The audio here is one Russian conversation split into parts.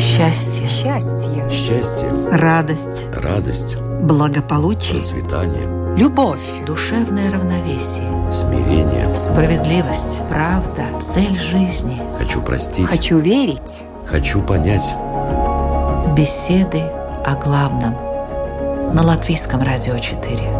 Счастье. Счастье. Счастье. Радость. Радость. Благополучие. Процветание. Любовь. Душевное равновесие. Смирение. Справедливость. Правда. Цель жизни. Хочу простить. Хочу верить. Хочу понять. Беседы о главном. На Латвийском радио 4.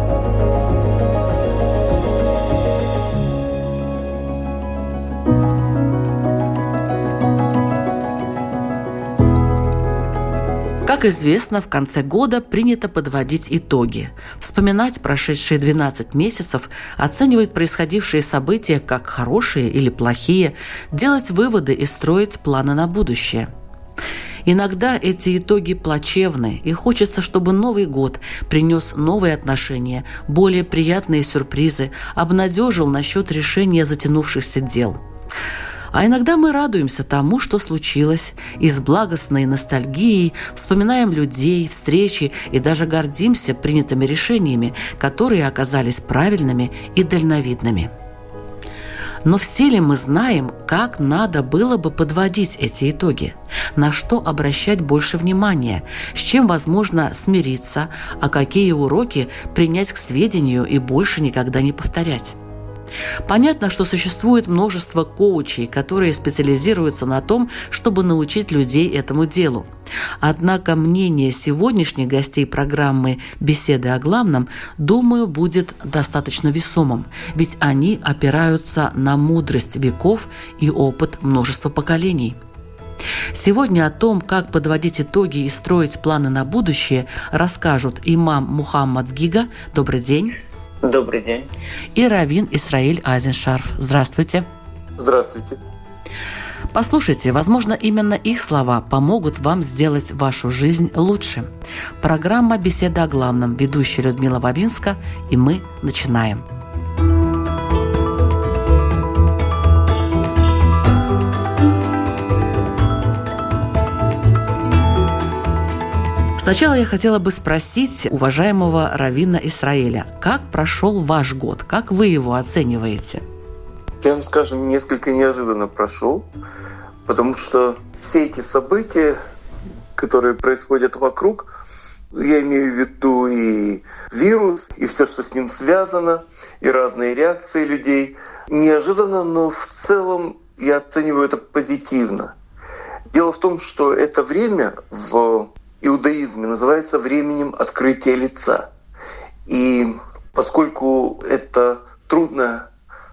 Как известно, в конце года принято подводить итоги, вспоминать прошедшие 12 месяцев, оценивать происходившие события как хорошие или плохие, делать выводы и строить планы на будущее. Иногда эти итоги плачевны, и хочется, чтобы Новый год принес новые отношения, более приятные сюрпризы, обнадежил насчет решения затянувшихся дел. А иногда мы радуемся тому, что случилось, и с благостной ностальгией вспоминаем людей, встречи и даже гордимся принятыми решениями, которые оказались правильными и дальновидными. Но все ли мы знаем, как надо было бы подводить эти итоги? На что обращать больше внимания? С чем возможно смириться? А какие уроки принять к сведению и больше никогда не повторять? Понятно, что существует множество коучей, которые специализируются на том, чтобы научить людей этому делу. Однако мнение сегодняшних гостей программы «Беседы о главном», думаю, будет достаточно весомым, ведь они опираются на мудрость веков и опыт множества поколений. Сегодня о том, как подводить итоги и строить планы на будущее, расскажут имам Мухаммад Гига. Добрый день. Добрый день. И раввин Исраиль Айзеншарф. Здравствуйте. Здравствуйте. Послушайте, возможно, именно их слова помогут вам сделать вашу жизнь лучше. Программа «Беседа о главном». Ведущая Людмила Вавинска, и мы начинаем. Сначала я хотела бы спросить уважаемого раввина Исраиля, как прошел ваш год, как вы его оцениваете? Прямо скажем, несколько неожиданно прошел, потому что все эти события, которые происходят вокруг, я имею в виду и вирус, и все, что с ним связано, и разные реакции людей, неожиданно, но в целом я оцениваю это позитивно. Дело в том, что это время в иудаизме называется временем открытия лица. И поскольку это трудная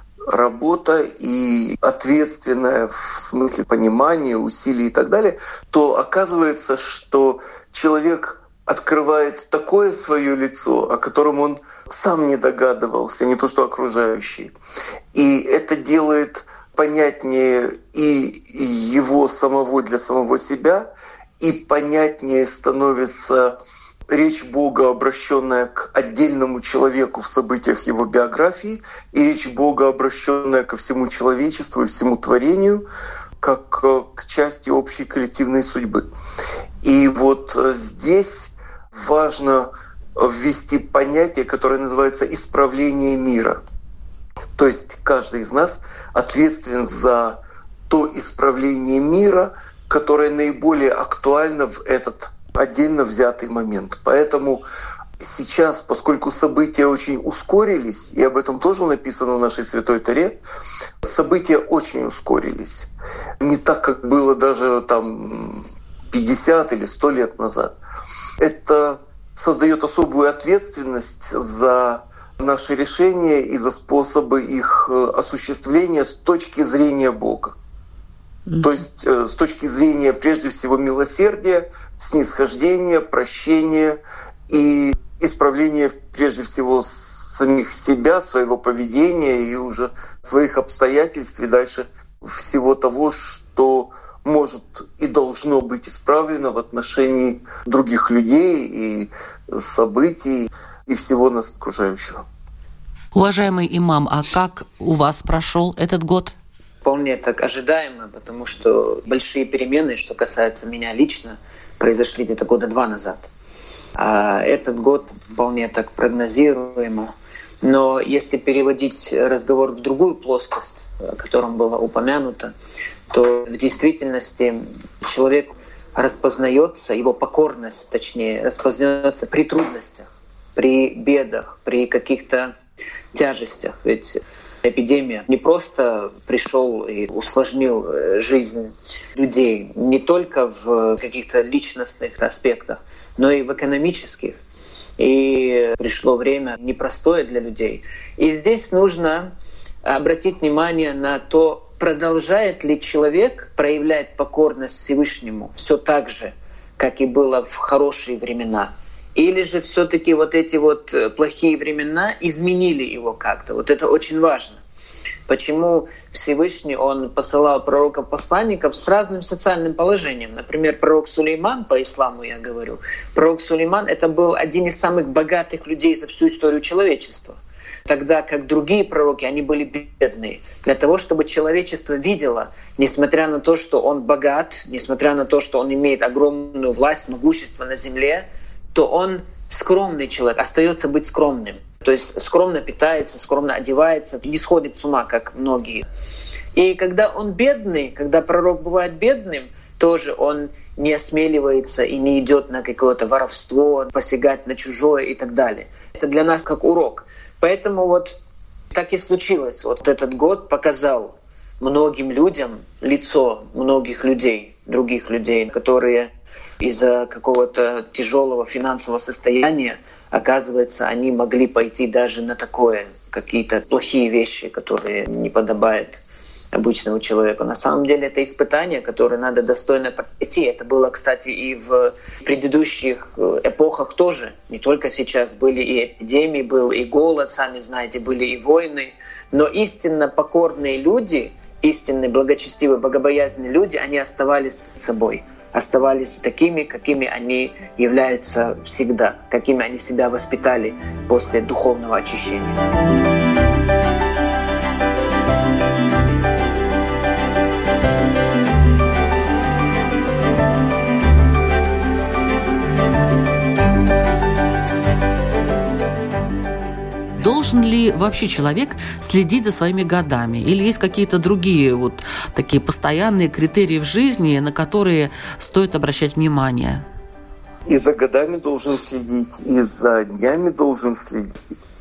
работа и ответственная в смысле понимания, усилий и так далее, то оказывается, что человек открывает такое свое лицо, о котором он сам не догадывался, не то что окружающий. И это делает понятнее и его самого для самого себя, и понятнее становится речь Бога, обращенная к отдельному человеку в событиях его биографии, и речь Бога, обращенная ко всему человечеству и всему творению, как к части общей коллективной судьбы. И вот здесь важно ввести понятие, которое называется «исправление мира». То есть каждый из нас ответственен за то исправление мира, которое наиболее актуально в этот отдельно взятый момент. Поэтому сейчас, поскольку события очень ускорились, и об этом тоже написано в нашей Святой Торе, события очень ускорились. Не так, как было даже там 50 или 100 лет назад. Это создает особую ответственность за наши решения и за способы их осуществления с точки зрения Бога. То есть с точки зрения, прежде всего, милосердия, снисхождения, прощения и исправления, прежде всего, самих себя, своего поведения и уже своих обстоятельств и дальше всего того, что может и должно быть исправлено в отношении других людей и событий и всего нас окружающего. Уважаемый имам, а как у вас прошел этот год? Вполне так ожидаемо, потому что большие перемены, что касается меня лично, произошли где-то года 2 назад. А этот год вполне так прогнозируемо. Но если переводить разговор в другую плоскость, о котором было упомянуто, то в действительности человек распознается, его покорность, точнее, распознается при трудностях, при бедах, при каких-то тяжестях. Ведь эпидемия не просто пришел и усложнил жизнь людей, не только в каких-то личностных аспектах, но и в экономических. И пришло время непростое для людей. И здесь нужно обратить внимание на то, продолжает ли человек проявлять покорность Всевышнему все так же, как и было в хорошие времена. Или же все-таки вот эти вот плохие времена изменили его как-то. Вот это очень важно. Почему Всевышний, Он посылал пророков-посланников с разным социальным положением. Например, пророк Сулейман, по исламу я говорю, пророк Сулейман — это был один из самых богатых людей за всю историю человечества. Тогда как другие пророки, они были бедные. Для того, чтобы человечество видело, несмотря на то, что он богат, несмотря на то, что он имеет огромную власть, могущество на земле, то он скромный человек, остается быть скромным. То есть скромно питается, скромно одевается, не сходит с ума, как многие. И когда он бедный, когда пророк бывает бедным, тоже он не осмеливается и не идет на какое-то воровство, посягать на чужое и так далее. Это для нас как урок. Поэтому вот так и случилось. Вот этот год показал многим людям лицо многих людей, других людей, которые из-за какого-то тяжелого финансового состояния, оказывается, они могли пойти даже на такое, какие-то плохие вещи, которые не подобают обычному человеку. На самом деле это испытание, которое надо достойно пройти. Это было, кстати, и в предыдущих эпохах тоже. Не только сейчас. Были и эпидемии, был и голод, сами знаете, были и войны. Но истинно покорные люди, истинно благочестивые, богобоязненные люди, они оставались собой. Оставались такими, какими они являются всегда, какими они себя воспитали после духовного очищения. Должен ли вообще человек следить за своими годами? Или есть какие-то другие вот такие постоянные критерии в жизни, на которые стоит обращать внимание? И за годами должен следить, и за днями должен следить.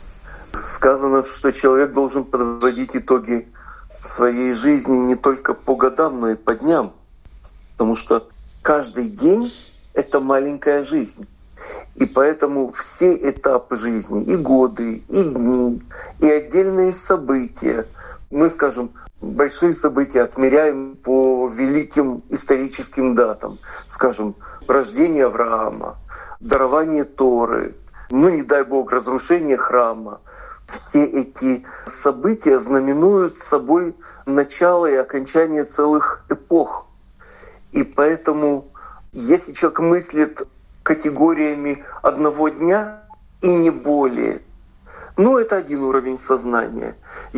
Сказано, что человек должен подводить итоги своей жизни не только по годам, но и по дням. Потому что каждый день — это маленькая жизнь. И поэтому все этапы жизни, и годы, и дни, и отдельные события, мы, скажем, большие события отмеряем по великим историческим датам, скажем, рождение Авраама, дарование Торы, не дай Бог, разрушение храма. Все эти события знаменуют собой начало и окончание целых эпох. И поэтому, если человек мыслит категориями одного дня и не более, это один уровень сознания.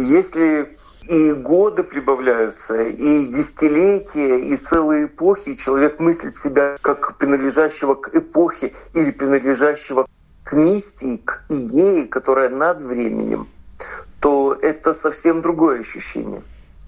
Если и годы прибавляются, и десятилетия, и целые эпохи, и человек мыслит себя как принадлежащего к эпохе или принадлежащего к миссии, к идее, которая над временем, то это совсем другое ощущение.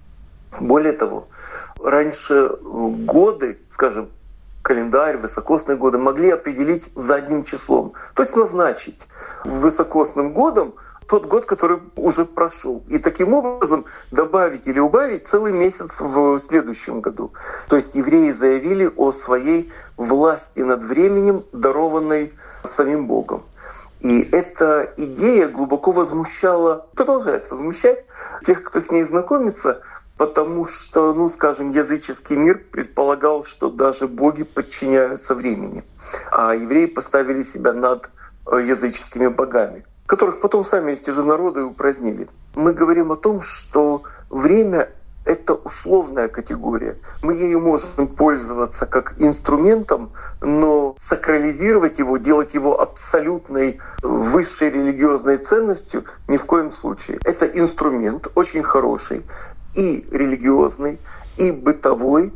Более того, раньше годы, скажем, календарь, высокосные годы могли определить задним числом. То есть назначить высокосным годом тот год, который уже прошел. И таким образом добавить или убавить целый месяц в следующем году. То есть евреи заявили о своей власти над временем, дарованной самим Богом. И эта идея глубоко возмущала, продолжает возмущать тех, кто с ней знакомится, потому что, скажем, языческий мир предполагал, что даже боги подчиняются времени. А евреи поставили себя над языческими богами, которых потом сами эти же народы упразднили. Мы говорим о том, что время — это условная категория. Мы ею можем пользоваться как инструментом, но сакрализировать его, делать его абсолютной высшей религиозной ценностью ни в коем случае. Это инструмент очень хороший, и религиозный, и бытовой,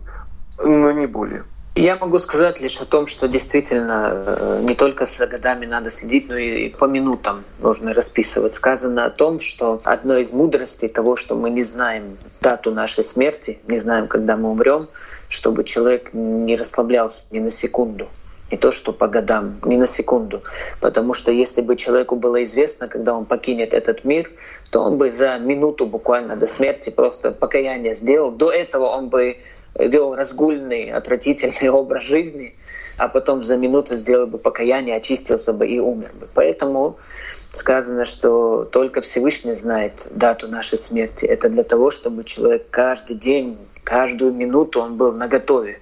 но не более. Я могу сказать лишь о том, что действительно не только за годами надо следить, но и по минутам нужно расписывать. Сказано о том, что одной из мудростей того, что мы не знаем дату нашей смерти, не знаем, когда мы умрем, чтобы человек не расслаблялся ни на секунду. Не то, что по годам, ни на секунду. Потому что если бы человеку было известно, когда он покинет этот мир, то он бы за минуту буквально до смерти просто покаяние сделал. До этого он бы вел разгульный, отвратительный образ жизни, а потом за минуту сделал бы покаяние, очистился бы и умер бы. Поэтому сказано, что только Всевышний знает дату нашей смерти. Это для того, чтобы человек каждый день, каждую минуту он был наготове,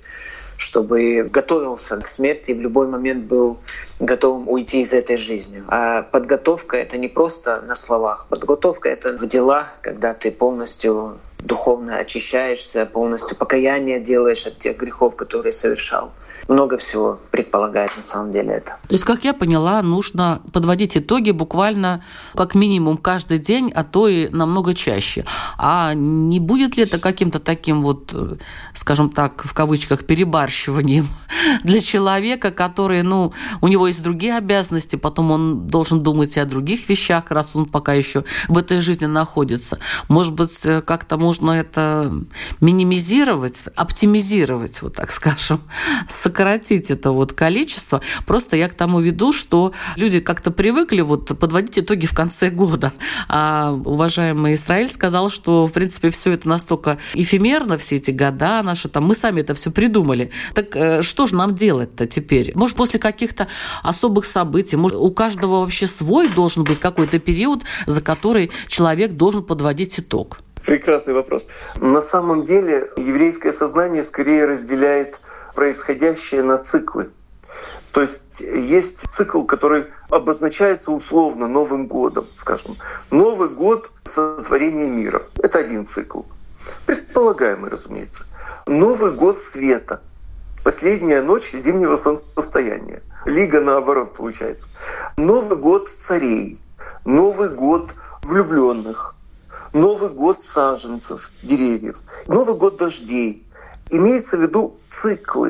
чтобы готовился к смерти и в любой момент был готовым уйти из этой жизни. А подготовка — это не просто на словах. Подготовка — это в делах, когда ты полностью духовно очищаешься, полностью покаяние делаешь от тех грехов, которые совершал. Много всего предполагает на самом деле это. То есть, как я поняла, нужно подводить итоги буквально как минимум каждый день, а то и намного чаще. А не будет ли это каким-то таким вот, скажем так, в кавычках, перебарщиванием для человека, который, у него есть другие обязанности, потом он должен думать и о других вещах, раз он пока еще в этой жизни находится. Может быть, как-то можно это минимизировать, оптимизировать, вот так скажем, сократить это вот количество. Просто я к тому веду, что люди как-то привыкли подводить итоги в конце года. А уважаемый Исраиль сказал, что, в принципе, все это настолько эфемерно, все эти года наши, мы сами это все придумали. Так что же нам делать-то теперь? Может, после каких-то особых событий, может, у каждого вообще свой должен быть какой-то период, за который человек должен подводить итог? Прекрасный вопрос. На самом деле еврейское сознание скорее разделяет происходящее на циклы. То есть цикл, который обозначается условно Новым годом, скажем. Новый год сотворения мира. Это один цикл. Предполагаемый, разумеется. Новый год света. Последняя ночь зимнего солнцестояния. Лига наоборот получается. Новый год царей. Новый год влюбленных. Новый год саженцев, деревьев. Новый год дождей. Имеется в виду циклы.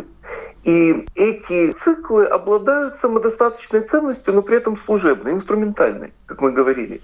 И эти циклы обладают самодостаточной ценностью, но при этом служебной, инструментальной, как мы говорили.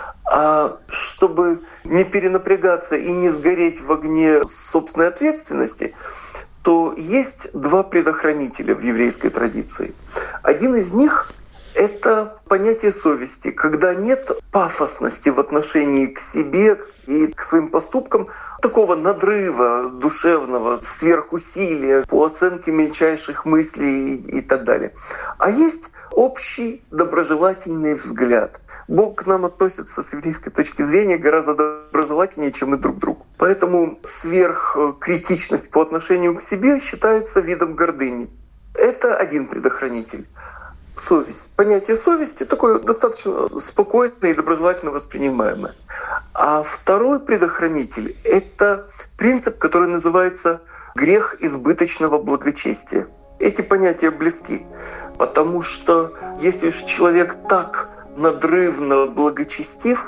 А чтобы не перенапрягаться и не сгореть в огне собственной ответственности, то есть два предохранителя в еврейской традиции. Один из них — это понятие совести, когда нет пафосности в отношении к себе и к своим поступкам, такого надрыва душевного, сверхусилия по оценке мельчайших мыслей и так далее. А есть общий доброжелательный взгляд. Бог к нам относится с еврейской точки зрения гораздо доброжелательнее, чем мы друг к другу. Поэтому сверхкритичность по отношению к себе считается видом гордыни. Это один предохранитель. Совесть. Понятие совести такое достаточно спокойное и доброжелательно воспринимаемое. А второй предохранитель — это принцип, который называется грех избыточного благочестия. Эти понятия близки, потому что если же человек так надрывно благочестив,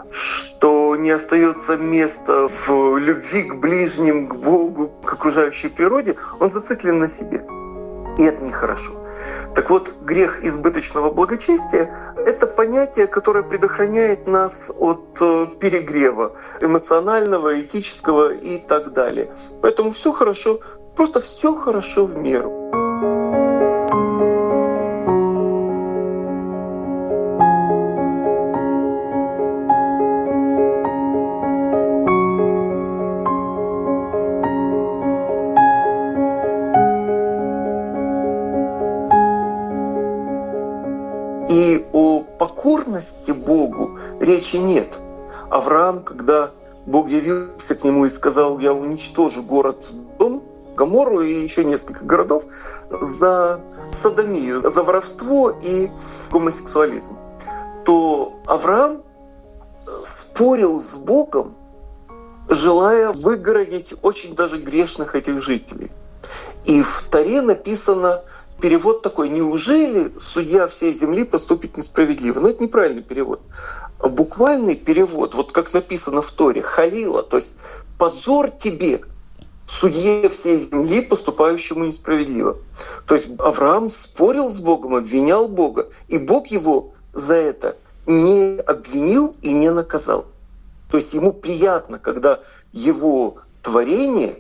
что не остается места в любви к ближним, к Богу, к окружающей природе, он зациклен на себе. И это нехорошо. Так вот, грех избыточного благочестия — это понятие, которое предохраняет нас от перегрева эмоционального, этического и так далее. Поэтому все хорошо, просто все хорошо в меру. И о покорности Богу речи нет. Авраам, когда Бог явился к нему и сказал: «Я уничтожу город Содом, Гоморру и еще несколько городов за содомию, за воровство и гомосексуализм», то Авраам спорил с Богом, желая выгородить очень даже грешных этих жителей. И в Торе написано перевод такой: «Неужели судья всей земли поступит несправедливо?» Но это неправильный перевод. Буквальный перевод, вот как написано в Торе, халила, то есть «позор тебе, судье всей земли, поступающему несправедливо». То есть Авраам спорил с Богом, обвинял Бога, и Бог его за это не обвинил и не наказал. То есть ему приятно, когда его творение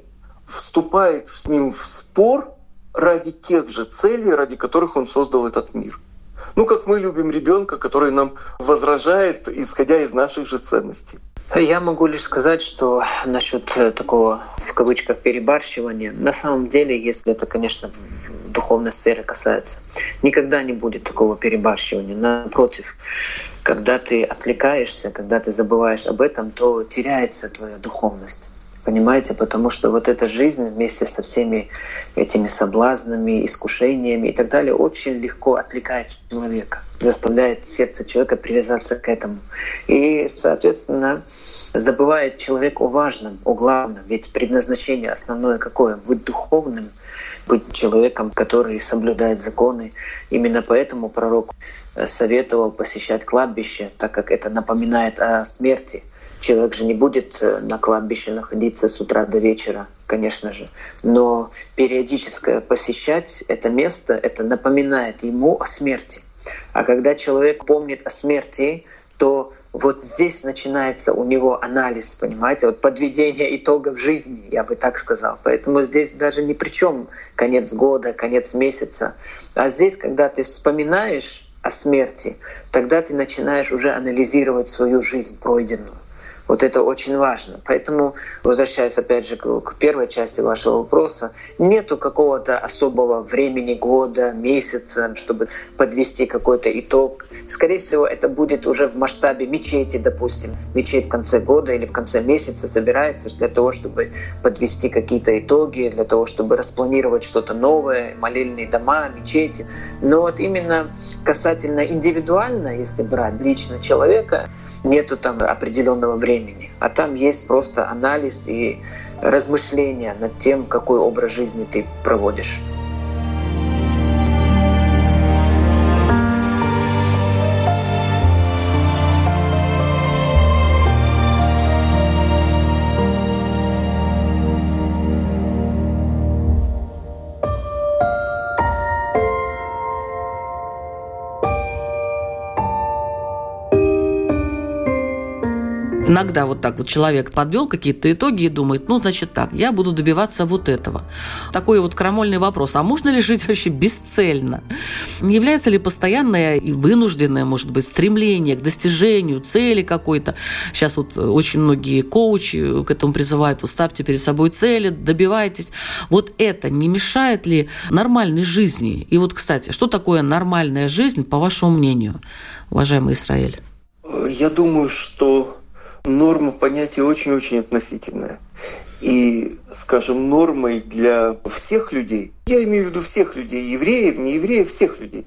вступает с ним в спор ради тех же целей, ради которых он создал этот мир. Как мы любим ребенка, который нам возражает, исходя из наших же ценностей. Я могу лишь сказать, что насчет такого, в кавычках, перебарщивания, на самом деле, если это, конечно, духовной сферы касается, никогда не будет такого перебарщивания. Напротив, когда ты отвлекаешься, когда ты забываешь об этом, то теряется твоя духовность. Понимаете? Потому что вот эта жизнь вместе со всеми этими соблазнами, искушениями и так далее очень легко отвлекает человека, заставляет сердце человека привязаться к этому. И, соответственно, забывает человек о важном, о главном. Ведь предназначение основное какое? Быть духовным, быть человеком, который соблюдает законы. Именно поэтому пророк советовал посещать кладбище, так как это напоминает о смерти. Человек же не будет на кладбище находиться с утра до вечера, конечно же. Но периодически посещать это место, это напоминает ему о смерти. А когда человек помнит о смерти, то вот здесь начинается у него анализ, понимаете, подведение итогов жизни, я бы так сказал. Поэтому здесь даже ни при чем конец года, конец месяца. А здесь, когда ты вспоминаешь о смерти, тогда ты начинаешь уже анализировать свою жизнь пройденную. Вот это очень важно. Поэтому, возвращаясь опять же к первой части вашего вопроса, нету какого-то особого времени, года, месяца, чтобы подвести какой-то итог. Скорее всего, это будет уже в масштабе мечети, допустим. Мечеть в конце года или в конце месяца собирается для того, чтобы подвести какие-то итоги, для того, чтобы распланировать что-то новое, молельные дома, мечети. Но вот именно касательно индивидуально, если брать лично человека, нету там определенного времени, а там есть просто анализ и размышления над тем, какой образ жизни ты проводишь. Иногда вот так вот человек подвел какие-то итоги и думает, значит так, я буду добиваться вот этого. Такой вот крамольный вопрос, а можно ли жить вообще бесцельно? Не является ли постоянное и вынужденное, может быть, стремление к достижению цели какой-то? Сейчас вот очень многие коучи к этому призывают, вот ставьте перед собой цели, добивайтесь. Вот это не мешает ли нормальной жизни? И вот, кстати, что такое нормальная жизнь, по вашему мнению, уважаемый Исраэль? Я думаю, что норма понятие очень-очень относительное. И, скажем, нормой для всех людей, я имею в виду всех людей, евреев, не евреев, всех людей,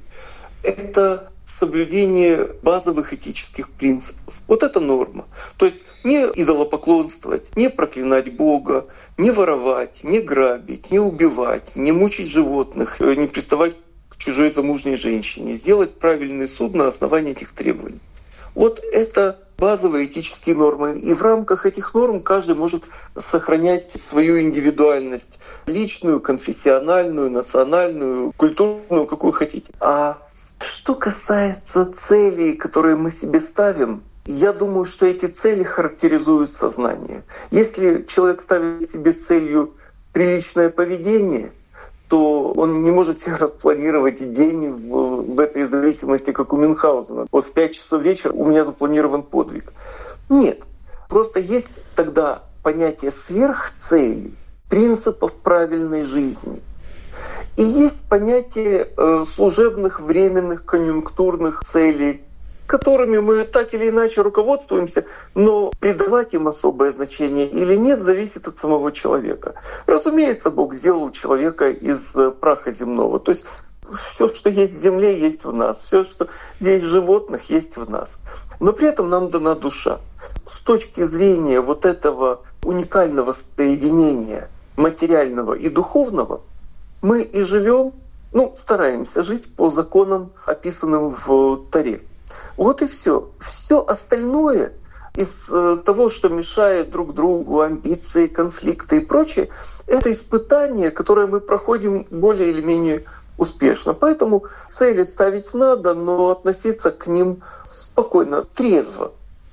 это соблюдение базовых этических принципов. Вот это норма. То есть не идолопоклонствовать, не проклинать Бога, не воровать, не грабить, не убивать, не мучить животных, не приставать к чужой замужней женщине, сделать правильный суд на основании этих требований. Вот это базовые этические нормы. И в рамках этих норм каждый может сохранять свою индивидуальность, личную, конфессиональную, национальную, культурную, какую хотите. А что касается целей, которые мы себе ставим, я думаю, что эти цели характеризуют сознание. Если человек ставит себе целью приличное поведение, то он не может себе распланировать день в этой зависимости, как у Мюнхгаузена. Вот в 5 часов вечера у меня запланирован подвиг. Нет. Просто есть тогда понятие сверхцелей, принципов правильной жизни. И есть понятие служебных, временных, конъюнктурных целей, которыми мы так или иначе руководствуемся, но придавать им особое значение или нет, зависит от самого человека. Разумеется, Бог сделал человека из праха земного. То есть все, что есть в земле, есть в нас. Все, что есть в животных, есть в нас. Но при этом нам дана душа. С точки зрения вот этого уникального соединения материального и духовного, мы и живем, стараемся жить по законам, описанным в Торе. Вот и все. Все остальное из того, что мешает друг другу, амбиции, конфликты и прочее, это испытания, которые мы проходим более или менее успешно. Поэтому цели ставить надо, но относиться к ним спокойно, трезво.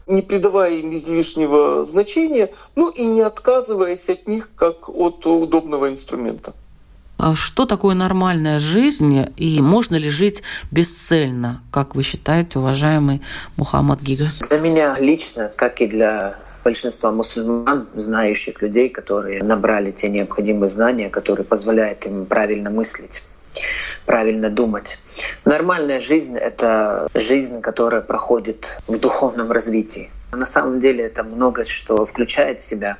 не придавая им излишнего значения, и не отказываясь от них как от удобного инструмента. А что такое нормальная жизнь и можно ли жить бесцельно, как вы считаете, уважаемый Мухаммад Гига? Для меня лично, как и для большинства мусульман, знающих людей, которые набрали те необходимые знания, которые позволяют им правильно мыслить, правильно думать. Нормальная жизнь — это жизнь, которая проходит в духовном развитии. На самом деле это много что включает в себя.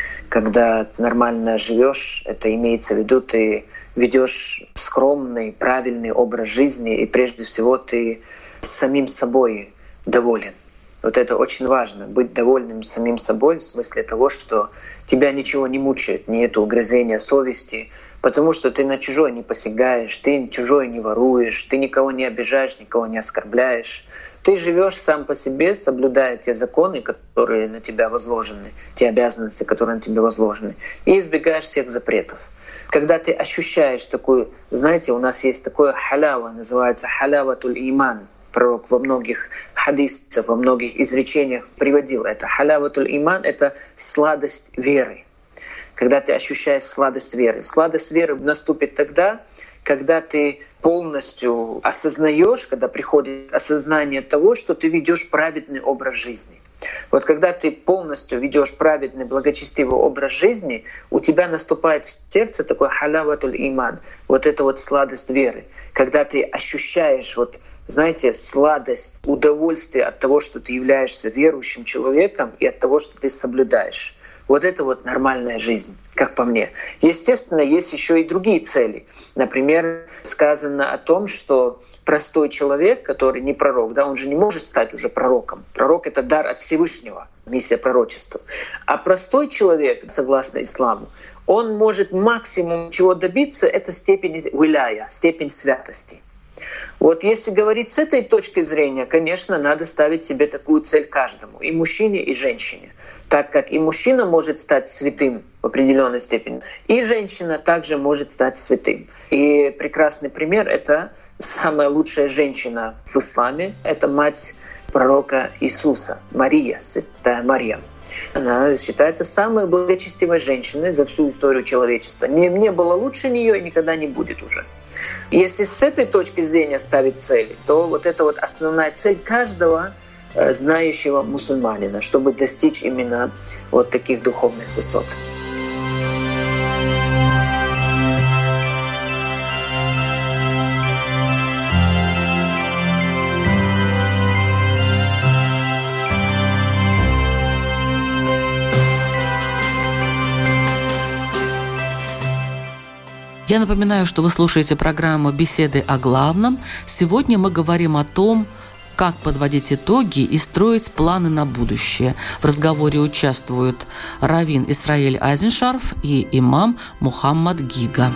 Когда ты нормально живешь, это имеется в виду, ты ведешь скромный, правильный образ жизни, и прежде всего ты самим собой доволен. Вот это очень важно, быть довольным самим собой в смысле того, что тебя ничего не мучает, нет угрызения совести, потому что ты на чужое не посягаешь, ты чужое не воруешь, ты никого не обижаешь, никого не оскорбляешь. Ты живешь сам по себе, соблюдая те законы, которые на тебя возложены, те обязанности, которые на тебя возложены, и избегаешь всех запретов. Когда ты ощущаешь такую, знаете, у нас есть такое халява, называется халяватуль иман. Пророк во многих хадисах, во многих изречениях приводил это. Халяватуль иман — это сладость веры. Когда ты ощущаешь сладость веры. Сладость веры наступит тогда, когда ты полностью осознаешь, когда приходит осознание того, что ты ведешь праведный образ жизни. Вот когда ты полностью ведешь праведный, благочестивый образ жизни, у тебя наступает в сердце такой халяватуль иман, вот эта вот сладость веры. Когда ты ощущаешь знаете, сладость, удовольствие от того, что ты являешься верующим человеком и от того, что ты соблюдаешь. Вот это вот нормальная жизнь, как по мне. Естественно, есть еще и другие цели. Например, сказано о том, что простой человек, который не пророк, он же не может стать уже пророком. Пророк — это дар от Всевышнего, миссия пророчества. А простой человек, согласно исламу, он может максимум чего добиться — это степень виляя, степень святости. Вот если говорить с этой точки зрения, конечно, надо ставить себе такую цель каждому, и мужчине, и женщине. Так как и мужчина может стать святым в определенной степени, и женщина также может стать святым. И прекрасный пример — это самая лучшая женщина в исламе, это мать пророка Иисуса, Мария, святая Мария. Она считается самой благочестивой женщиной за всю историю человечества. Не было лучше нее и никогда не будет уже. Если с этой точки зрения ставить цели, то вот это вот основная цель каждого знающего мусульманина, чтобы достичь именно вот таких духовных высот. Я напоминаю, что вы слушаете программу «Беседы о главном». Сегодня мы говорим о том, как подводить итоги и строить планы на будущее. В разговоре участвуют раввин Исраэль Айзеншарф и имам Мухаммад Гига.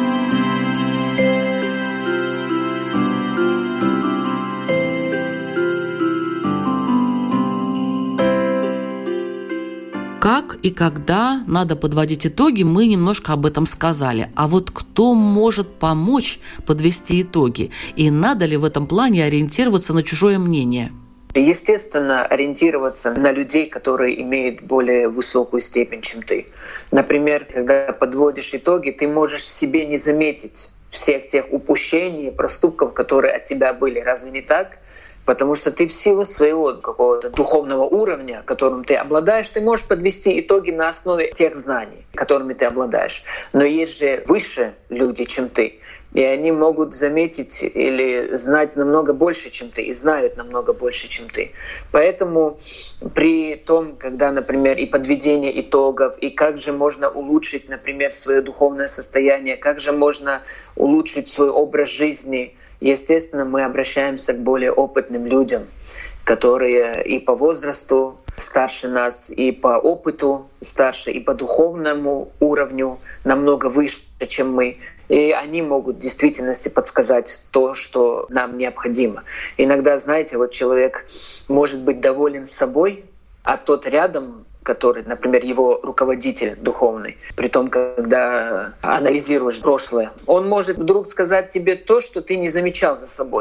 Как и когда надо подводить итоги, мы немножко об этом сказали. А вот кто может помочь подвести итоги? И надо ли в этом плане ориентироваться на чужое мнение? Естественно, ориентироваться на людей, которые имеют более высокую степень, чем ты. Например, когда подводишь итоги, ты можешь в себе не заметить всех тех упущений, проступков, которые от тебя были. Разве не так? Потому что ты в силу своего какого-то духовного уровня, которым ты обладаешь, ты можешь подвести итоги на основе тех знаний, которыми ты обладаешь. Но есть же выше люди, чем ты. И они могут заметить или знать намного больше, чем ты, и знают намного больше, чем ты. Поэтому при том, когда, например, и подведение итогов, и как же можно улучшить, например, свое духовное состояние, как же можно улучшить свой образ жизни, естественно, мы обращаемся к более опытным людям, которые и по возрасту старше нас, и по опыту старше, и по духовному уровню намного выше, чем мы. И они могут в действительности подсказать то, что нам необходимо. Иногда, знаете, вот человек может быть доволен собой, а тот рядом, который, например, его руководитель духовный, при том, когда анализируешь прошлое, он может вдруг сказать тебе то, что ты не замечал за собой.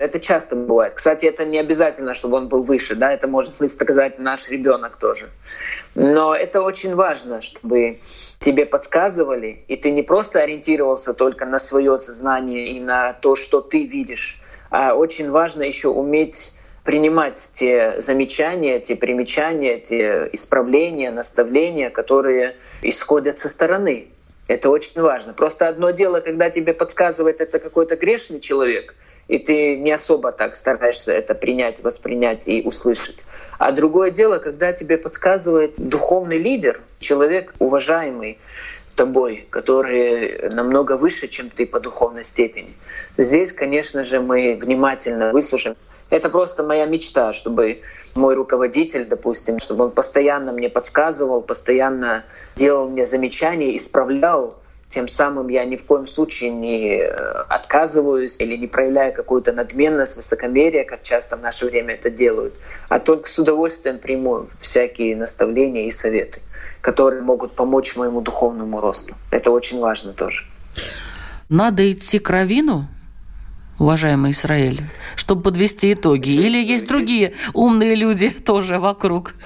Это часто бывает. Кстати, это не обязательно, чтобы он был выше, да, это может быть, сказать, наш ребенок тоже. Но это очень важно, чтобы тебе подсказывали, и ты не просто ориентировался только на свое сознание и на то, что ты видишь, а очень важно еще уметь принимать те замечания, те примечания, те исправления, наставления, которые исходят со стороны. Это очень важно. Просто одно дело, когда тебе подсказывает это какой-то грешный человек, и ты не особо так стараешься это принять, воспринять и услышать. А другое дело, когда тебе подсказывает духовный лидер, человек, уважаемый тобой, который намного выше, чем ты по духовной степени. Здесь, конечно же, мы внимательно выслушаем. Это просто моя мечта, чтобы мой руководитель, допустим, чтобы он постоянно мне подсказывал, постоянно делал мне замечания, исправлял. Тем самым я ни в коем случае не отказываюсь или не проявляю какую-то надменность, высокомерие, как часто в наше время это делают, а только с удовольствием приму всякие наставления и советы, которые могут помочь моему духовному росту. Это очень важно тоже. Надо идти к раввину, уважаемый Исраэль, чтобы подвести итоги? Или есть другие умные люди тоже вокруг?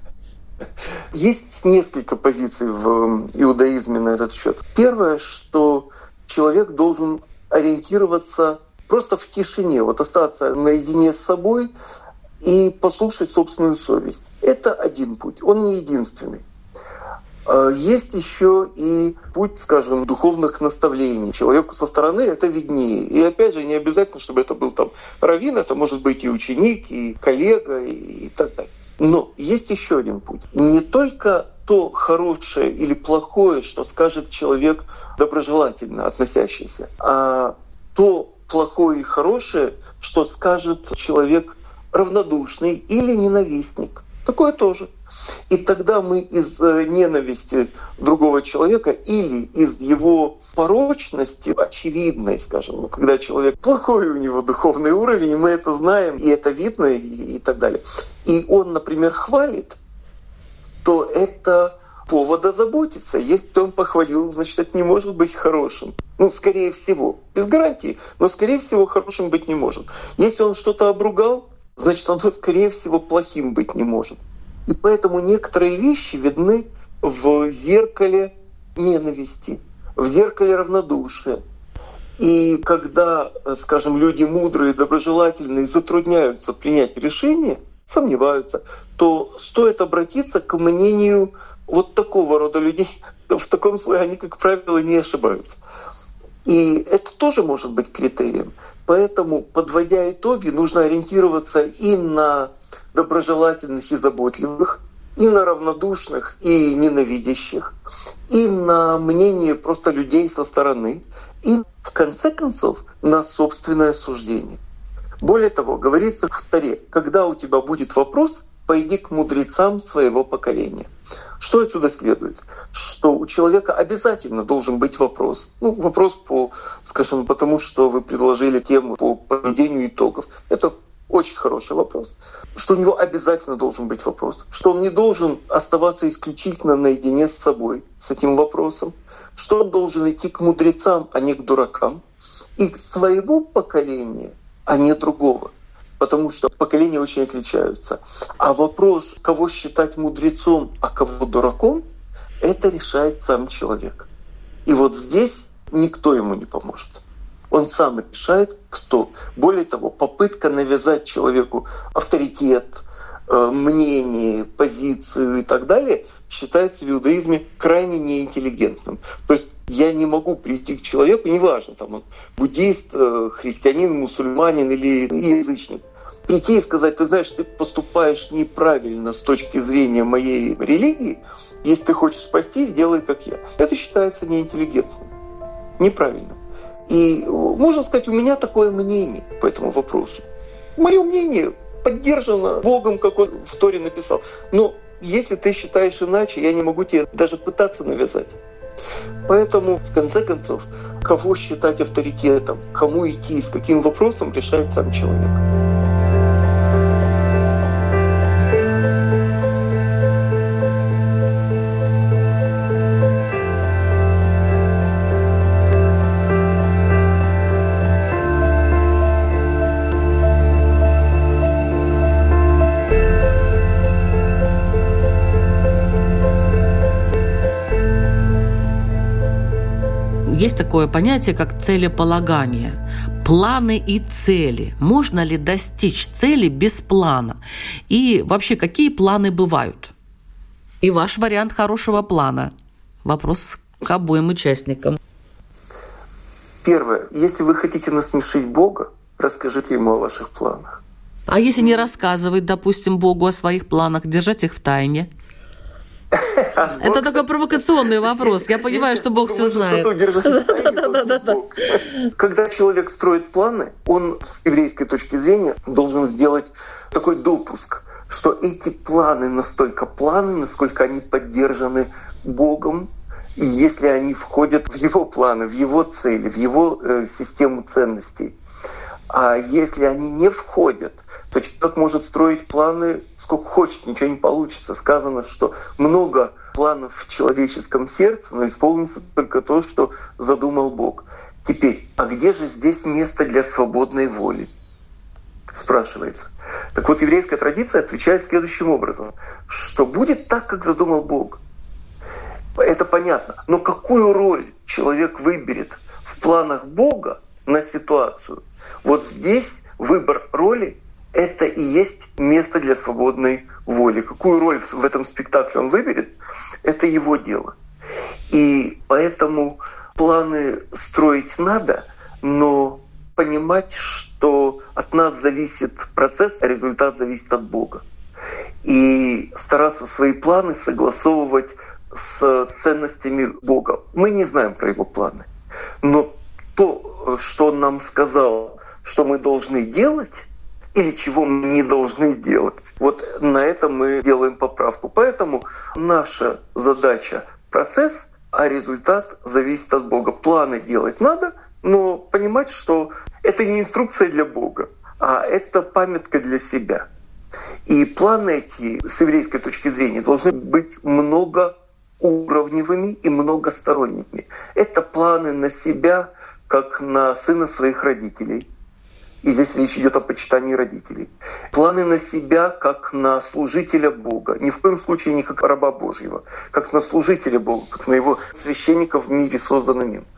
Есть несколько позиций в иудаизме на этот счет. Первое, что человек должен ориентироваться просто в тишине, вот остаться наедине с собой и послушать собственную совесть. Это один путь, он не единственный. Есть еще и путь, скажем, духовных наставлений. Человеку со стороны это виднее. И опять же, не обязательно, чтобы это был там раввин, это может быть и ученик, и коллега, и так далее. Но есть еще один путь. Не только то хорошее или плохое, что скажет человек доброжелательно относящийся, а то плохое и хорошее, что скажет человек равнодушный или ненавистник. Такое тоже. И тогда мы из ненависти другого человека или из его порочности, очевидной, скажем, когда человек плохой, у него духовный уровень, и мы это знаем, и это видно, и так далее. И он, например, хвалит, то это повод озаботиться. Если он похвалил, значит, это не может быть хорошим. Скорее всего. Без гарантии, но, скорее всего, хорошим быть не может. Если он что-то обругал, значит, оно, скорее всего, плохим быть не может. И поэтому некоторые вещи видны в зеркале ненависти, в зеркале равнодушия. И когда, скажем, люди мудрые, доброжелательные затрудняются принять решение, сомневаются, то стоит обратиться к мнению вот такого рода людей. В таком случае они, как правило, не ошибаются. И это тоже может быть критерием. Поэтому, подводя итоги, нужно ориентироваться и на доброжелательных и заботливых, и на равнодушных и ненавидящих, и на мнение просто людей со стороны, и, в конце концов, на собственное суждение. Более того, говорится в Торе, когда у тебя будет вопрос, пойди к мудрецам своего поколения. Что отсюда следует? Что у человека обязательно должен быть вопрос. Вопрос потому что вы предложили тему по подведению итогов. Это очень хороший вопрос. Что у него обязательно должен быть вопрос. Что он не должен оставаться исключительно наедине с собой, с этим вопросом. Что он должен идти к мудрецам, а не к дуракам. И к своего поколения, а не другого. Потому что поколения очень отличаются. А вопрос, кого считать мудрецом, а кого дураком, это решает сам человек. И вот здесь никто ему не поможет. Он сам решает, кто. Более того, попытка навязать человеку авторитет, мнение, позицию и так далее считается в иудаизме крайне неинтеллигентным. То есть я не могу прийти к человеку, неважно, там он буддист, христианин, мусульманин или язычник, прийти и сказать: ты знаешь, ты поступаешь неправильно с точки зрения моей религии, если ты хочешь спастись, сделай как я. Это считается неинтеллигентным, неправильным. И можно сказать, у меня такое мнение по этому вопросу. Мое мнение поддержано Богом, как он в Торе написал. Но если ты считаешь иначе, я не могу тебе даже пытаться навязать. Поэтому, в конце концов, кого считать авторитетом, кому идти, с каким вопросом, решает сам человек. есть такое понятие, как целеполагание. Планы и цели. Можно ли достичь цели без плана? И вообще, какие планы бывают? И ваш вариант хорошего плана. Вопрос к обоим участникам. Первое. Если вы хотите насмешить Бога, расскажите Ему о ваших планах. А если не рассказывать, допустим, Богу о своих планах, держать их в тайне? Это такой провокационный вопрос. Я понимаю, что Бог все знает. Когда человек строит планы, он с еврейской точки зрения должен сделать такой допуск, что эти планы настолько планы, насколько они поддержаны Богом, и если они входят в Его планы, в Его цели, в Его систему ценностей. А если они не входят, то человек может строить планы сколько хочет, ничего не получится. Сказано, что много планов в человеческом сердце, но исполнится только то, что задумал Бог. Теперь, а где же здесь место для свободной воли? Спрашивается. Так вот, еврейская традиция отвечает следующим образом, что будет так, как задумал Бог. Это понятно. Но какую роль человек выберет в планах Бога на ситуацию? Вот здесь выбор роли — это и есть место для свободной воли. Какую роль в этом спектакле он выберет — это его дело. И поэтому планы строить надо, но понимать, что от нас зависит процесс, а результат зависит от Бога. И стараться свои планы согласовывать с ценностями Бога. Мы не знаем про Его планы, но то, что Он нам сказал, что мы должны делать или чего мы не должны делать, вот на это мы делаем поправку. Поэтому наша задача — процесс, а результат зависит от Бога. Планы делать надо, но понимать, что это не инструкция для Бога, а это памятка для себя. И планы эти, с еврейской точки зрения, должны быть многоуровневыми и многосторонними. Это планы на себя, как на сына своих родителей. И здесь речь идет о почитании родителей. Планы на себя, как на служителя Бога. Ни в коем случае не как раба Божьего, как на служителя Бога, как на его священника в мире, созданном им.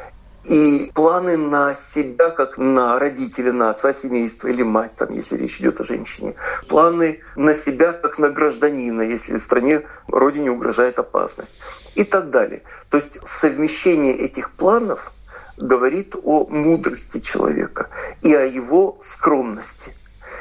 И планы на себя, как на родителя, на отца семейства или мать, там, если речь идет о женщине. Планы на себя, как на гражданина, если в стране, родине угрожает опасность. И так далее. То есть совмещение этих планов говорит о мудрости человека и о его скромности.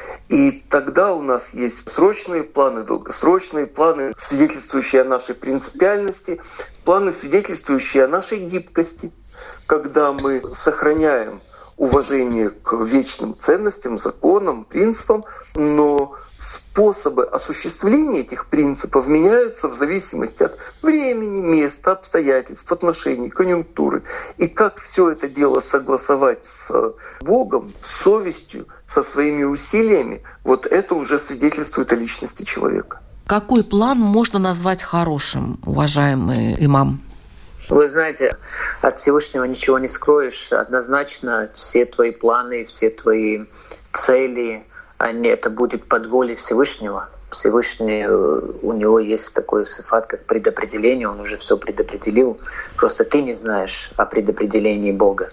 И тогда у нас есть срочные планы, долгосрочные планы, свидетельствующие о нашей принципиальности, планы, свидетельствующие о нашей гибкости, когда мы сохраняем уважение к вечным ценностям, законам, принципам, но способы осуществления этих принципов меняются в зависимости от времени, места, обстоятельств, отношений, конъюнктуры. И как все это дело согласовать с Богом, с совестью, со своими усилиями, вот это уже свидетельствует о личности человека. Какой план можно назвать хорошим, уважаемый имам? Вы знаете, от Всевышнего ничего не скроешь. Однозначно все твои планы, все твои цели, это будет под волей Всевышнего. Всевышний, у него есть такой сифат, как предопределение, он уже все предопределил. Просто ты не знаешь о предопределении Бога.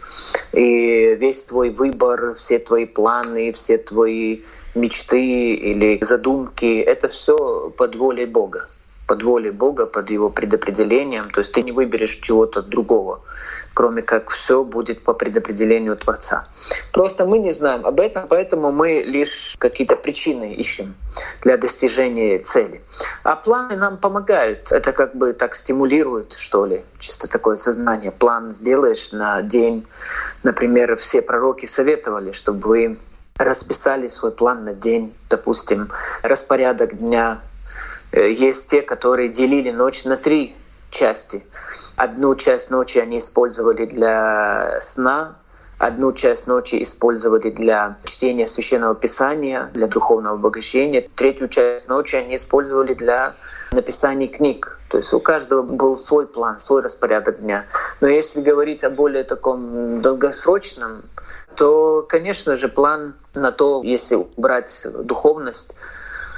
И весь твой выбор, все твои планы, все твои мечты или задумки, это все под волей Бога. Под волей Бога, под Его предопределением. То есть ты не выберешь чего-то другого, кроме как все будет по предопределению Творца. Просто мы не знаем об этом, поэтому мы лишь какие-то причины ищем для достижения цели. А планы нам помогают. Это как бы так стимулирует, что ли, чисто такое сознание. План делаешь на день. Например, все пророки советовали, чтобы вы расписали свой план на день, допустим, распорядок дня. Есть те, которые делили ночь на 3 части. Одну часть ночи они использовали для сна, одну часть ночи использовали для чтения Священного Писания, для духовного обогащения, третью часть ночи они использовали для написания книг. То есть у каждого был свой план, свой распорядок дня. Но если говорить о более таком долгосрочном, то, конечно же, план на то, если убрать духовность,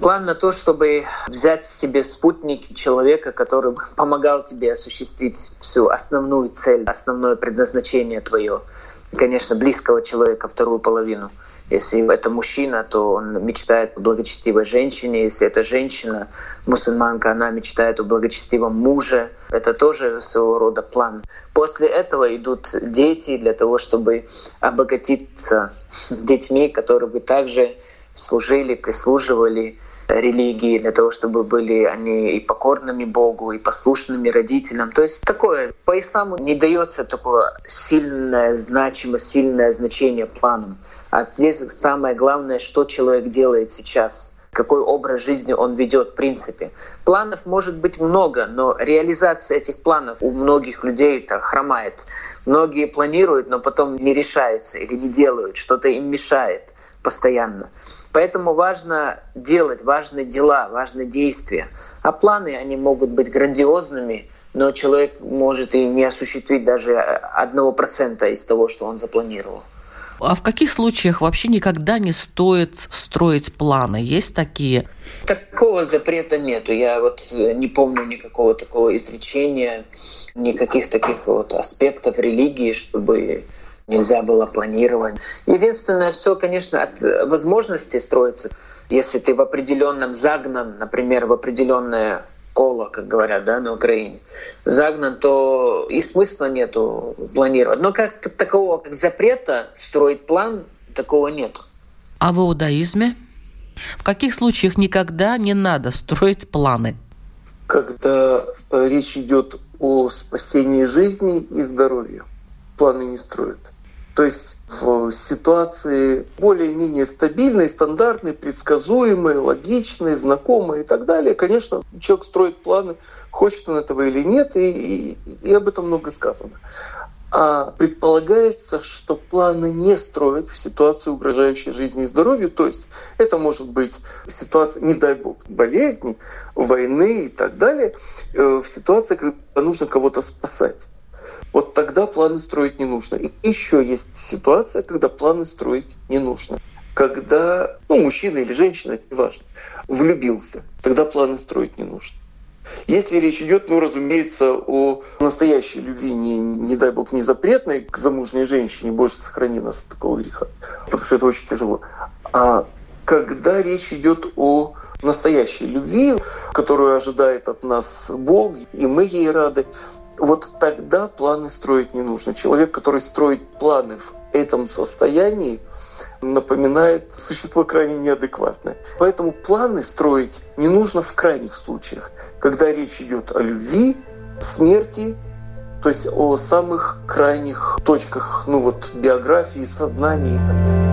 План на то, чтобы взять себе спутник человека, который бы помогал тебе осуществить всю основную цель, основное предназначение твое. Конечно, близкого человека, вторую половину. Если это мужчина, то он мечтает о благочестивой женщине. Если это женщина, мусульманка, она мечтает о благочестивом муже. Это тоже своего рода план. После этого идут дети для того, чтобы обогатиться детьми, которые бы также служили, прислуживали религии, для того, чтобы были они и покорными Богу, и послушными родителям. То есть такое, по исламу не дается такое сильное значимость, сильное значение планам. А здесь самое главное, что человек делает сейчас, какой образ жизни он ведет в принципе. Планов может быть много, но реализация этих планов у многих людей это хромает. Многие планируют, но потом не решаются или не делают, что-то им мешает постоянно. Поэтому важно делать важные дела, важные действия. А планы, они могут быть грандиозными, но человек может и не осуществить даже 1% из того, что он запланировал. А в каких случаях вообще никогда не стоит строить планы? Есть такие? Такого запрета нету. Я не помню никакого такого изречения, никаких таких аспектов религии, чтобы нельзя было планировать. Единственное, все, конечно, от возможности строится. Если ты в определенном загнан, например, в определенное коло, как говорят, на Украине, загнан, то и смысла нету планировать. Но как такого как запрета строить план, такого нету. А в иудаизме? В каких случаях никогда не надо строить планы? Когда речь идет о спасении жизни и здоровья, планы не строят. То есть в ситуации более-менее стабильной, стандартной, предсказуемой, логичной, знакомой и так далее, конечно, человек строит планы, хочет он этого или нет, и об этом много сказано. А предполагается, что планы не строят в ситуации, угрожающей жизни и здоровью. То есть это может быть ситуация, не дай бог, болезни, войны и так далее, в ситуации, когда нужно кого-то спасать. Вот тогда планы строить не нужно. И еще есть ситуация, когда планы строить не нужно. Когда мужчина или женщина, это не важно, влюбился, тогда планы строить не нужно. Если речь идет, разумеется, о настоящей любви, не дай бог, не запретной к замужней женщине, Боже, сохрани нас от такого греха, потому что это очень тяжело. А когда речь идет о настоящей любви, которую ожидает от нас Бог, и мы ей рады, вот тогда планы строить не нужно. Человек, который строит планы в этом состоянии, напоминает существо крайне неадекватное. Поэтому планы строить не нужно в крайних случаях, когда речь идет о любви, смерти, то есть о самых крайних точках биографии, сознания и так далее.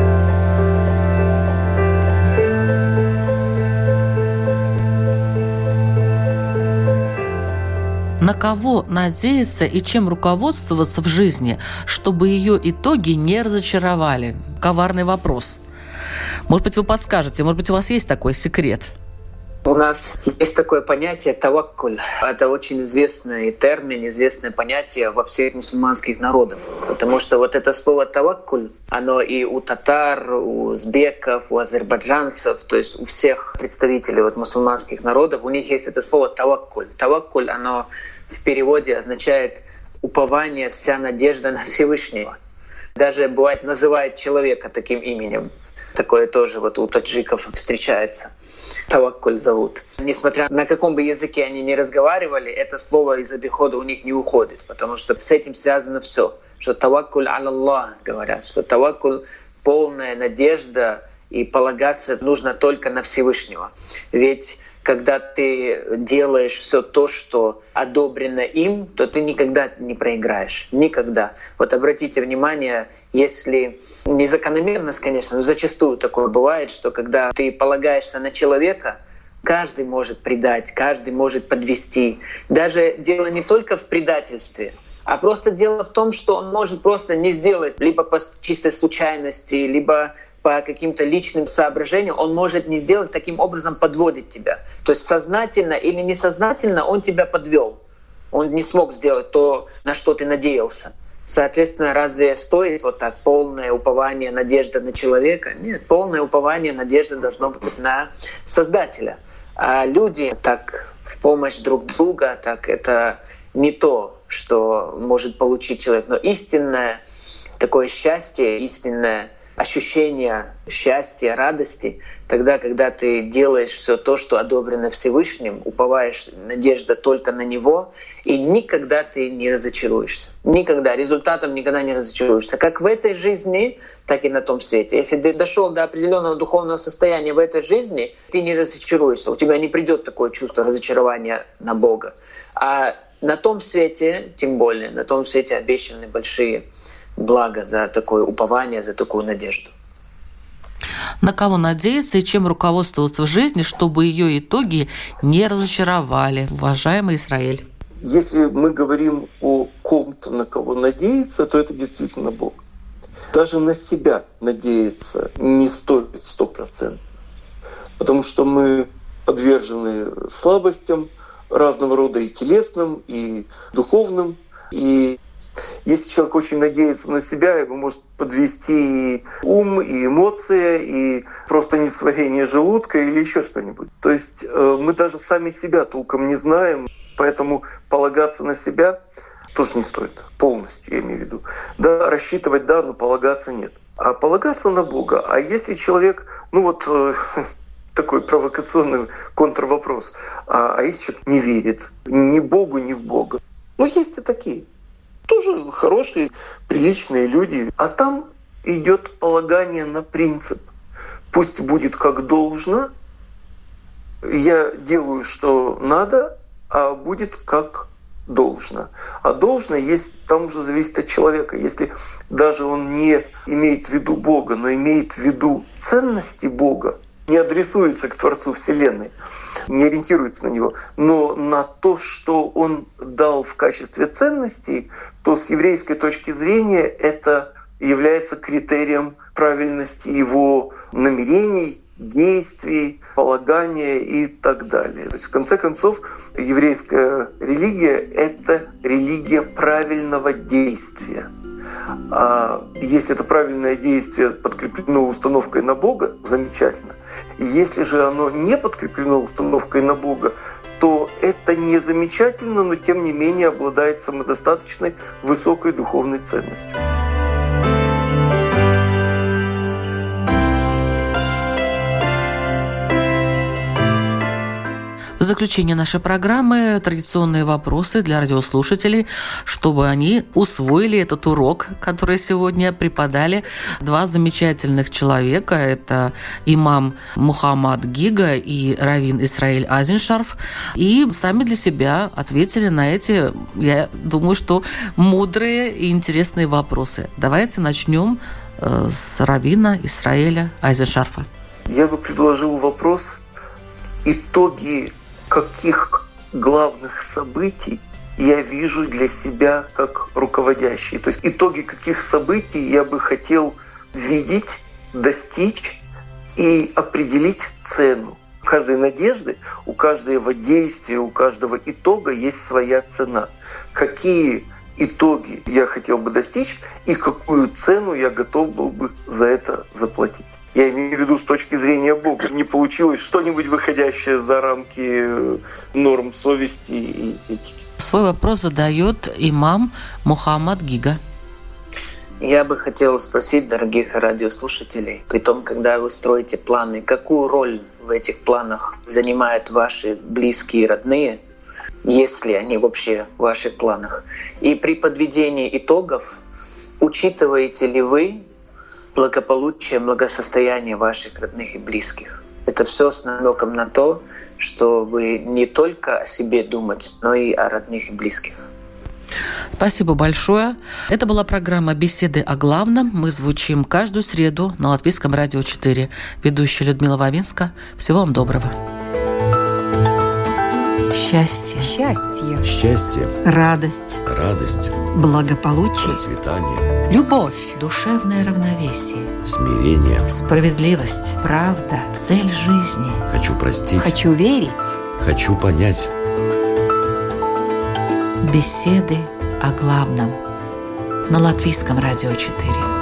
На кого надеяться и чем руководствоваться в жизни, чтобы ее итоги не разочаровали? Коварный вопрос. Может быть, вы подскажете, может быть, у вас есть такой секрет? У нас есть такое понятие «таваккуль». Это очень известный термин, известное понятие во всех мусульманских народах. Потому что это слово «таваккуль», оно и у татар, у узбеков, у азербайджанцев, то есть у всех представителей мусульманских народов, у них есть это слово «таваккуль». «Таваккуль», оно в переводе означает «упование, вся надежда на Всевышнего». Даже бывает называет человека таким именем. Такое тоже у таджиков встречается. Таваккуль зовут. Несмотря на каком бы языке они ни разговаривали, это слово из обихода у них не уходит, потому что с этим связано все. Что таваккуль аляллах, говорят, что таваккуль — полная надежда, и полагаться нужно только на Всевышнего. Ведь когда ты делаешь все то, что одобрено им, то ты никогда не проиграешь. Никогда. Обратите внимание, если незакономерность, конечно, но зачастую такое бывает, что когда ты полагаешься на человека, каждый может предать, каждый может подвести. Даже дело не только в предательстве, а просто дело в том, что он может просто не сделать, либо по чистой случайности, либо по каким-то личным соображениям, он может не сделать, таким образом подводить тебя. То есть сознательно или несознательно он тебя подвел. Он не смог сделать то, на что ты надеялся. Соответственно, разве стоит вот так полное упование, надежда на человека? Нет, полное упование, надежда должно быть на Создателя. А люди так в помощь друг друга, так это не то, что может получить человек. Но истинное такое счастье, истинное ощущение счастья, радости, тогда, когда ты делаешь все то, что одобрено Всевышним, уповаешь надежда только на Него, и никогда ты не разочаруешься. Никогда. Результатом никогда не разочаруешься. Как в этой жизни, так и на том свете. Если ты дошел до определенного духовного состояния в этой жизни, ты не разочаруешься. У тебя не придет такое чувство разочарования на Бога. А на том свете, тем более, на том свете обещаны большие блага за такое упование, за такую надежду. На кого надеяться и чем руководствоваться в жизни, чтобы ее итоги не разочаровали, уважаемый Исраэль? Если мы говорим о ком-то, на кого надеяться, то это действительно Бог. Даже на себя надеяться не стоит 100%, потому что мы подвержены слабостям разного рода и телесным, и духовным. И если человек очень надеется на себя, его может подвести и ум, и эмоции, и просто несварение желудка или еще что-нибудь. То есть мы даже сами себя толком не знаем, поэтому полагаться на себя тоже не стоит. Полностью, я имею в виду. Да, рассчитывать, да, но полагаться нет. А полагаться на Бога. А если человек, такой провокационный контрвопрос, а если человек не верит ни Богу, ни в Бога? Есть и такие. Тоже хорошие, приличные люди. А там идет полагание на принцип. Пусть будет как должно, я делаю, что надо, а будет как должно. А должно есть, там уже зависит от человека. Если даже он не имеет в виду Бога, но имеет в виду ценности Бога, не адресуется к Творцу Вселенной, не ориентируется на Него, но на то, что Он дал в качестве ценностей, то с еврейской точки зрения это является критерием правильности его намерений, действий, полагания и так далее. То есть, в конце концов, еврейская религия — это религия правильного действия. А если это правильное действие подкреплено установкой на Бога, замечательно. И если же оно не подкреплено установкой на Бога, то это не замечательно, но тем не менее обладает самодостаточной высокой духовной ценностью. В заключение нашей программы традиционные вопросы для радиослушателей, чтобы они усвоили этот урок, который сегодня преподали два замечательных человека. Это имам Мухаммад Гига и раввин Исраэль Айзеншарф. И сами для себя ответили на эти, я думаю, что мудрые и интересные вопросы. Давайте начнем с раввина Исраэля Айзеншарфа. Я бы предложил вопрос: итоги каких главных событий я вижу для себя как руководящий? То есть итоги каких событий я бы хотел видеть, достичь и определить цену. У каждой надежды, у каждого действия, у каждого итога есть своя цена. Какие итоги я хотел бы достичь и какую цену я готов был бы за это заплатить? Я имею в виду с точки зрения Бога. Не получилось что-нибудь выходящее за рамки норм совести и этики. Свой вопрос задает имам Мухаммад Гига. Я бы хотел спросить дорогих радиослушателей, при том, когда вы строите планы, какую роль в этих планах занимают ваши близкие и родные, если они вообще в ваших планах? И при подведении итогов учитываете ли вы благополучие, благосостояние ваших родных и близких? Это все с намеком на то, что вы не только о себе думаете, но и о родных и близких. Спасибо большое. Это была программа «Беседы о главном». Мы звучим каждую среду на Латвийском радио 4. Ведущая Людмила Вавинска. Всего вам доброго. Счастье. Счастье. Счастье. Радость. Радость. Благополучие. Процветание. Любовь. Душевное равновесие. Смирение. Справедливость. Правда. Цель жизни. Хочу простить. Хочу верить. Хочу понять. Беседы о главном. на Латвийском радио 4.